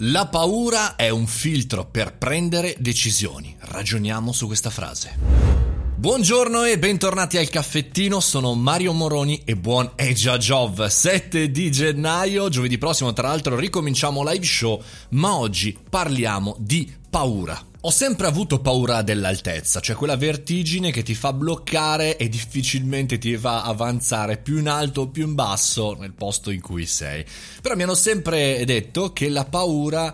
La paura è un filtro per prendere decisioni. Ragioniamo su questa frase. Buongiorno e bentornati al caffettino, sono Mario Moroni e buon Eja Jov. 7 di gennaio, giovedì prossimo tra l'altro ricominciamo live show, ma oggi parliamo di paura. Ho sempre avuto paura dell'altezza, cioè quella vertigine che ti fa bloccare e difficilmente ti fa avanzare più in alto o più in basso nel posto in cui sei. Però mi hanno sempre detto che la paura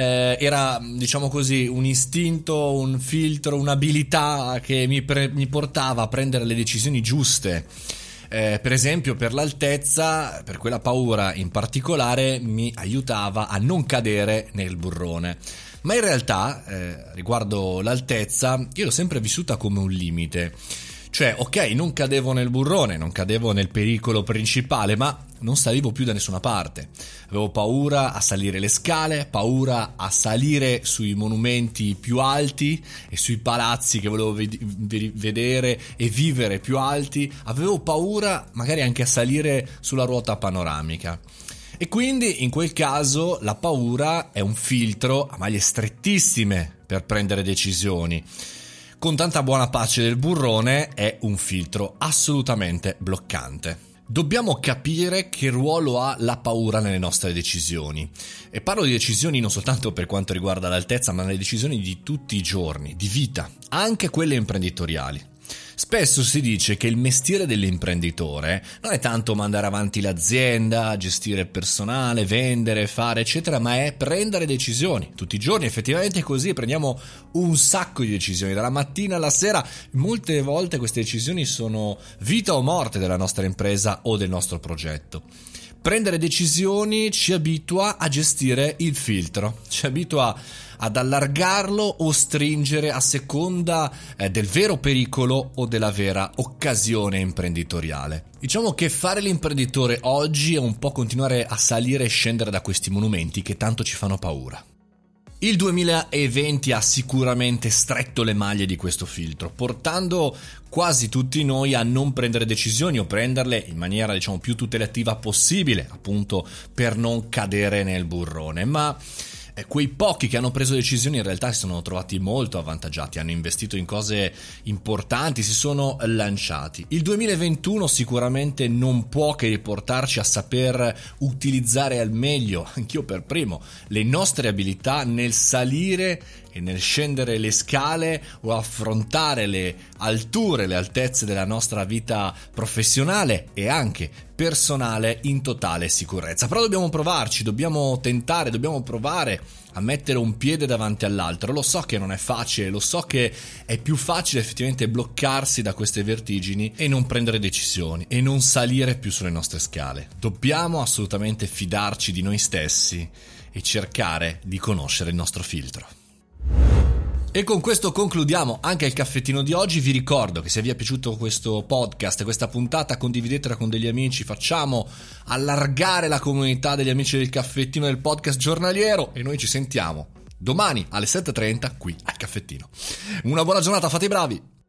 era, diciamo così, un istinto, un filtro, un'abilità che mi portava a prendere le decisioni giuste. Per esempio, per l'altezza, per quella paura in particolare, mi aiutava a non cadere nel burrone. Ma in realtà, riguardo l'altezza, io l'ho sempre vissuta come un limite. Cioè, ok, non cadevo nel burrone, non cadevo nel pericolo principale, ma non salivo più da nessuna parte. Avevo paura a salire le scale, paura a salire sui monumenti più alti e sui palazzi che volevo vedere e vivere più alti. Avevo paura magari anche a salire sulla ruota panoramica. E quindi in quel caso la paura è un filtro a maglie strettissime per prendere decisioni. Con tanta buona pace del burrone è un filtro assolutamente bloccante. Dobbiamo capire che ruolo ha la paura nelle nostre decisioni. E parlo di decisioni non soltanto per quanto riguarda l'altezza, ma nelle decisioni di tutti i giorni, di vita, anche quelle imprenditoriali. Spesso si dice che il mestiere dell'imprenditore non è tanto mandare avanti l'azienda, gestire il personale, vendere, fare eccetera, ma è prendere decisioni. Tutti i giorni effettivamente così prendiamo un sacco di decisioni, dalla mattina alla sera. Molte volte queste decisioni sono vita o morte della nostra impresa o del nostro progetto. Prendere decisioni ci abitua a gestire il filtro, ci abitua ad allargarlo o stringere a seconda del vero pericolo o della vera occasione imprenditoriale. Diciamo che fare l'imprenditore oggi è un po' continuare a salire e scendere da questi monumenti che tanto ci fanno paura. Il 2020 ha sicuramente stretto le maglie di questo filtro, portando quasi tutti noi a non prendere decisioni o prenderle in maniera, diciamo, più tutelativa possibile, appunto per non cadere nel burrone. Ma quei pochi che hanno preso decisioni in realtà si sono trovati molto avvantaggiati, hanno investito in cose importanti, si sono lanciati. Il 2021 sicuramente non può che riportarci a saper utilizzare al meglio, anch'io per primo, le nostre abilità nel salire e nel scendere le scale o affrontare le alture, le altezze della nostra vita professionale e anche personale in totale sicurezza. Però dobbiamo provarci, dobbiamo tentare, dobbiamo provare a mettere un piede davanti all'altro. Lo so che non è facile, lo so che è più facile effettivamente bloccarsi da queste vertigini e non prendere decisioni e non salire più sulle nostre scale. Dobbiamo assolutamente fidarci di noi stessi e cercare di conoscere il nostro filtro. E con questo concludiamo anche il caffettino di oggi. Vi ricordo che se vi è piaciuto questo podcast, questa puntata, condividetela con degli amici, facciamo allargare la comunità degli amici del caffettino del podcast giornaliero e noi ci sentiamo domani alle 7:30 qui al caffettino. Una buona giornata, fate i bravi!